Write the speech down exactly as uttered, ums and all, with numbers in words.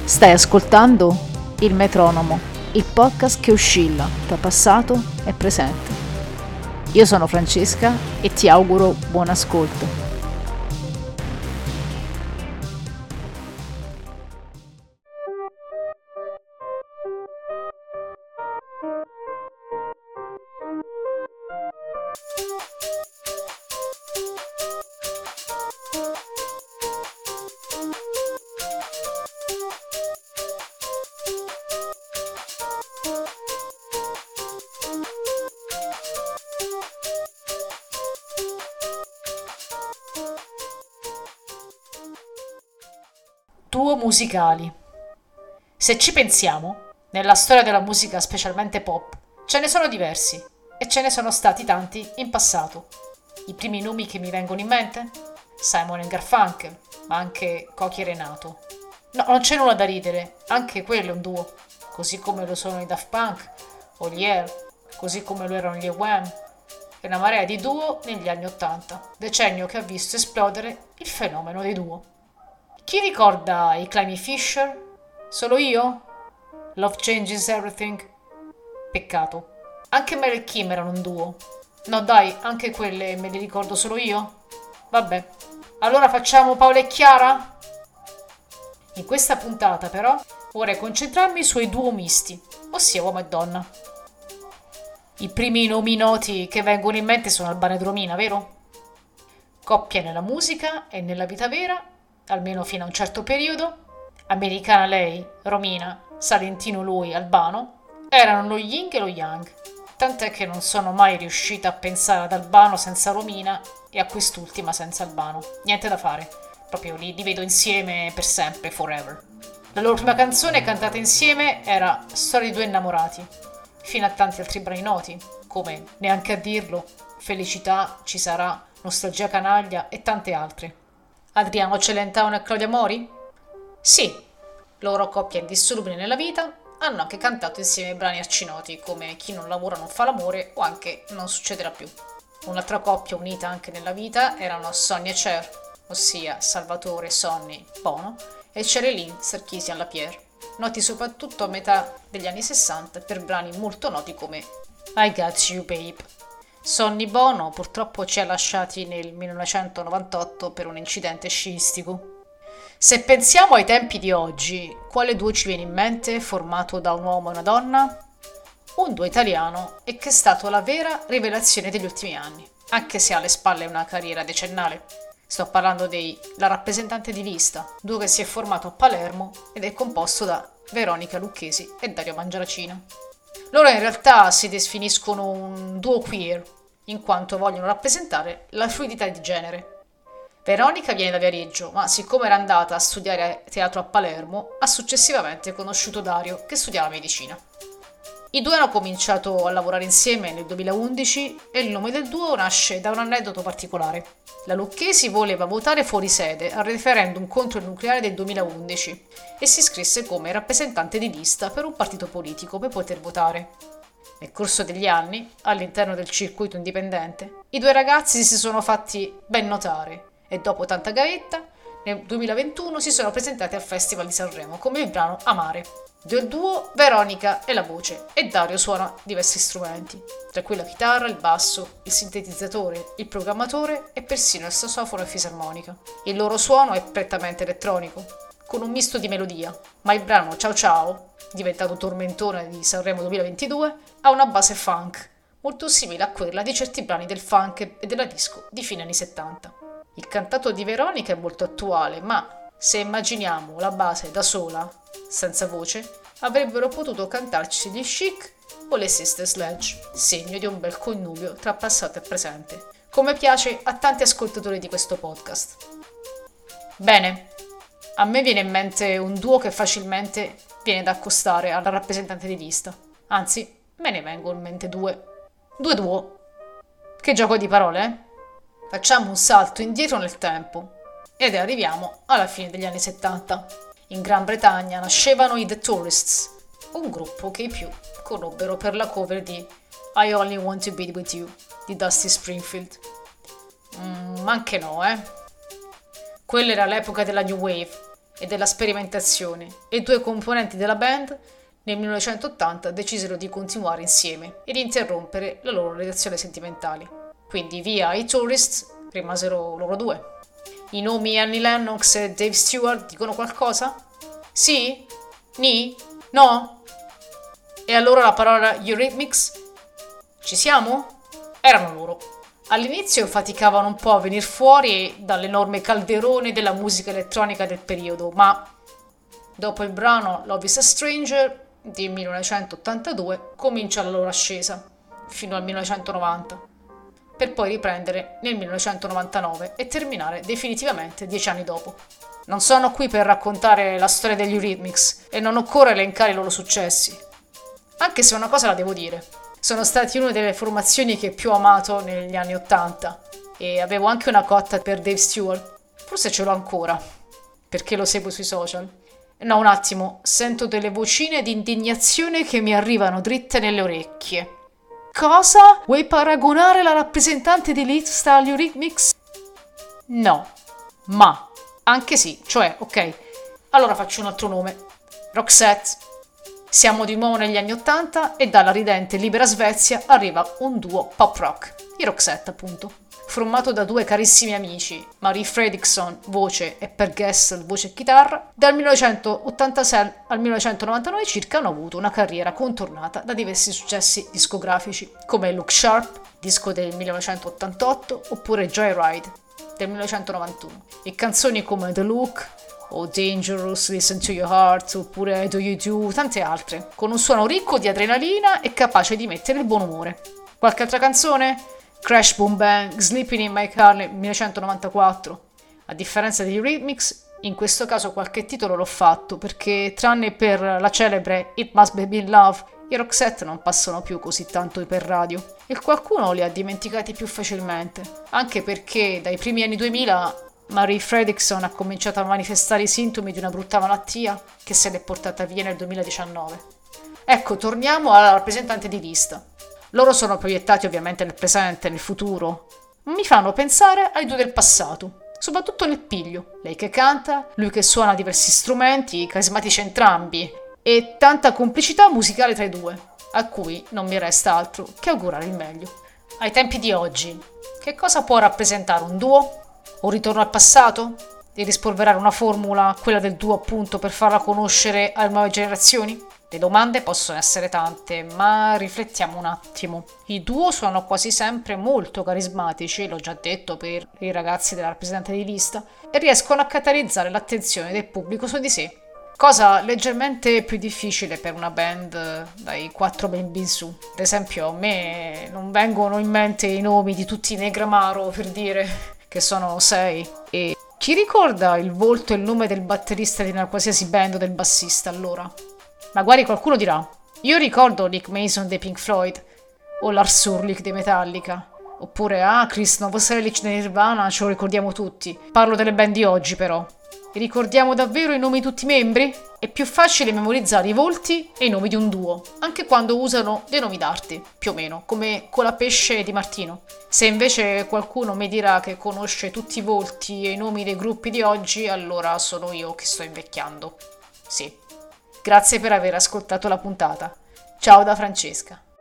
Stai ascoltando Il Metronomo, il podcast che oscilla tra passato e presente. Io sono Francesca e ti auguro buon ascolto. Duo musicali. Se ci pensiamo, nella storia della musica, specialmente pop, ce ne sono diversi e ce ne sono stati tanti in passato. I primi nomi che mi vengono in mente? Simon e Garfunkel, ma anche Cochi e Renato. No, non c'è nulla da ridere, anche quello è un duo, così come lo sono i Daft Punk o gli Air, così come lo erano gli Wham, e una marea di duo negli anni Ottanta, decennio che ha visto esplodere il fenomeno dei duo. Chi ricorda i Climby Fisher? Solo io? Love Changes Everything? Peccato. Anche Mel e Kim erano un duo. No dai, anche quelle me le ricordo solo io? Vabbè. Allora facciamo Paola e Chiara? In questa puntata però vorrei concentrarmi sui duo misti, ossia uomo e donna. I primi nomi noti che vengono in mente sono Albano e Romina, vero? Coppia nella musica e nella vita vera, almeno fino a un certo periodo. Americana lei, Romina, salentino lui, Albano, erano lo yin e lo yang, tant'è che non sono mai riuscita a pensare ad Albano senza Romina e a quest'ultima senza Albano. Niente da fare, proprio li, li vedo insieme per sempre, forever. La loro prima canzone cantata insieme era Storia di due innamorati, fino a tanti altri brani noti, come Neanche a dirlo, Felicità, Ci sarà, Nostalgia canaglia e tante altre. Adriano Celentano e Claudia Mori? Sì, loro coppia indissolubile nella vita, hanno anche cantato insieme brani arcinoti come Chi non lavora non fa l'amore o anche Non succederà più. Un'altra coppia unita anche nella vita erano Sonny e Cher, ossia Salvatore, Sonny, Bono, e Sherilyn, Sarkisian Lapierre, noti soprattutto a metà degli anni sessanta per brani molto noti come I Got You Babe. Sonny Bono purtroppo ci ha lasciati nel millenovecentonovantotto per un incidente sciistico. Se pensiamo ai tempi di oggi, quale duo ci viene in mente formato da un uomo e una donna? Un duo italiano e che è stato la vera rivelazione degli ultimi anni, anche se ha alle spalle una carriera decennale. Sto parlando dei La rappresentante di lista, duo che si è formato a Palermo ed è composto da Veronica Lucchesi e Dario Mangiaracina. Loro in realtà si definiscono un duo queer, in quanto vogliono rappresentare la fluidità di genere. Veronica viene da Viareggio, ma siccome era andata a studiare teatro a Palermo, ha successivamente conosciuto Dario, che studiava medicina. I due hanno cominciato a lavorare insieme nel duemilaundici e il nome del duo nasce da un aneddoto particolare. La Lucchesi voleva votare fuori sede al referendum contro il nucleare del duemilaundici e si iscrisse come rappresentante di lista per un partito politico per poter votare. Nel corso degli anni, all'interno del circuito indipendente, i due ragazzi si sono fatti ben notare e dopo tanta gavetta, nel duemilaventuno si sono presentati al Festival di Sanremo come il brano Amare. Del duo Veronica è la voce e Dario suona diversi strumenti, tra cui la chitarra, il basso, il sintetizzatore, il programmatore e persino il sassofono e fisarmonica. Il loro suono è prettamente elettronico, con un misto di melodia, ma il brano Ciao Ciao, diventato tormentone di Sanremo duemilaventidue, ha una base funk, molto simile a quella di certi brani del funk e della disco di fine anni settanta. Il cantato di Veronica è molto attuale, ma se immaginiamo la base da sola, senza voce, avrebbero potuto cantarci gli Chic o le Sister Sledge, segno di un bel connubio tra passato e presente, come piace a tanti ascoltatori di questo podcast. Bene, a me viene in mente un duo che facilmente viene da accostare alla rappresentante di lista, anzi, me ne vengono in mente due. Due duo. Che gioco di parole, eh? Facciamo un salto indietro nel tempo ed arriviamo alla fine degli anni settanta. In Gran Bretagna nascevano i The Tourists, un gruppo che i più conobbero per la cover di I Only Want to Be With You di Dusty Springfield. Mm, ma anche no, eh. Quella era l'epoca della New Wave e della sperimentazione, e i due componenti della band nel millenovecentottanta decisero di continuare insieme e di interrompere la loro relazione sentimentale. Quindi via i Tourists rimasero loro due. I nomi Annie Lennox e Dave Stewart dicono qualcosa? Sì? Ni? No? E allora la parola Eurythmics? Ci siamo? Erano loro. All'inizio faticavano un po' a venire fuori dall'enorme calderone della musica elettronica del periodo, ma dopo il brano Love is a Stranger del millenovecentottantadue comincia la loro ascesa, fino al millenovecentonovanta, per poi riprendere nel millenovecentonovantanove e terminare definitivamente dieci anni dopo. Non sono qui per raccontare la storia degli Eurythmics e non occorre elencare i loro successi, anche se una cosa la devo dire. Sono stati una delle formazioni che più ho amato negli anni ottanta e avevo anche una cotta per Dave Stewart, forse ce l'ho ancora, perché lo seguo sui social. No, un attimo, sento delle vocine di indignazione che mi arrivano dritte nelle orecchie. Cosa? Vuoi paragonare la rappresentante di Lista agli Eurythmics? No, ma, anche sì, cioè, ok, allora faccio un altro nome, Roxette. Siamo di nuovo negli anni ottanta e dalla ridente libera Svezia arriva un duo pop rock, i Roxette appunto, formato da due carissimi amici, Marie Fredriksson, voce, e Per Gessle, voce e chitarra. Dal millenovecentottantasei al millenovecentonovantanove circa hanno avuto una carriera contornata da diversi successi discografici, come Look Sharp, disco del millenovecentottantotto, oppure Joyride del millenovecentonovantuno, e canzoni come The Look o Dangerous, Listen to Your Heart, oppure Do You Do, tante altre, con un suono ricco di adrenalina e capace di mettere il buon umore. Qualche altra canzone? Crash Boom Bang, Sleeping in My Car nel millenovecentonovantaquattro. A differenza degli Eurythmics, in questo caso qualche titolo l'ho fatto, perché tranne per la celebre It Must Be Been Love, i Roxette non passano più così tanto per radio, e qualcuno li ha dimenticati più facilmente, anche perché dai primi anni duemila Marie Fredriksson ha cominciato a manifestare i sintomi di una brutta malattia che se l'è portata via nel duemiladiciannove. Ecco, torniamo alla rappresentante di lista. Loro sono proiettati ovviamente nel presente, nel futuro, ma mi fanno pensare ai due del passato, soprattutto nel piglio. Lei che canta, lui che suona diversi strumenti, carismatici entrambi, e tanta complicità musicale tra i due, a cui non mi resta altro che augurare il meglio. Ai tempi di oggi, che cosa può rappresentare un duo? Un ritorno al passato? Di rispolverare una formula, quella del duo appunto, per farla conoscere alle nuove generazioni? Le domande possono essere tante, ma riflettiamo un attimo. I duo sono quasi sempre molto carismatici, l'ho già detto per i ragazzi della rappresentante di lista, e riescono a catalizzare l'attenzione del pubblico su di sé, cosa leggermente più difficile per una band dai quattro membri in su. Ad esempio, a me non vengono in mente i nomi di tutti i Negramaro, per dire, che sono sei, e chi ricorda il volto e il nome del batterista di una qualsiasi band o del bassista allora? Magari qualcuno dirà, io ricordo Nick Mason dei Pink Floyd, o Lars Ulrich dei Metallica, oppure ah, Chris Novoselic dei Nirvana, ce lo ricordiamo tutti. Parlo delle band di oggi però. E ricordiamo davvero i nomi di tutti i membri? È più facile memorizzare i volti e i nomi di un duo, anche quando usano dei nomi d'arte, più o meno, come Colapesce di Martino. Se invece qualcuno mi dirà che conosce tutti i volti e i nomi dei gruppi di oggi, allora sono io che sto invecchiando. Sì. Grazie per aver ascoltato la puntata. Ciao da Francesca.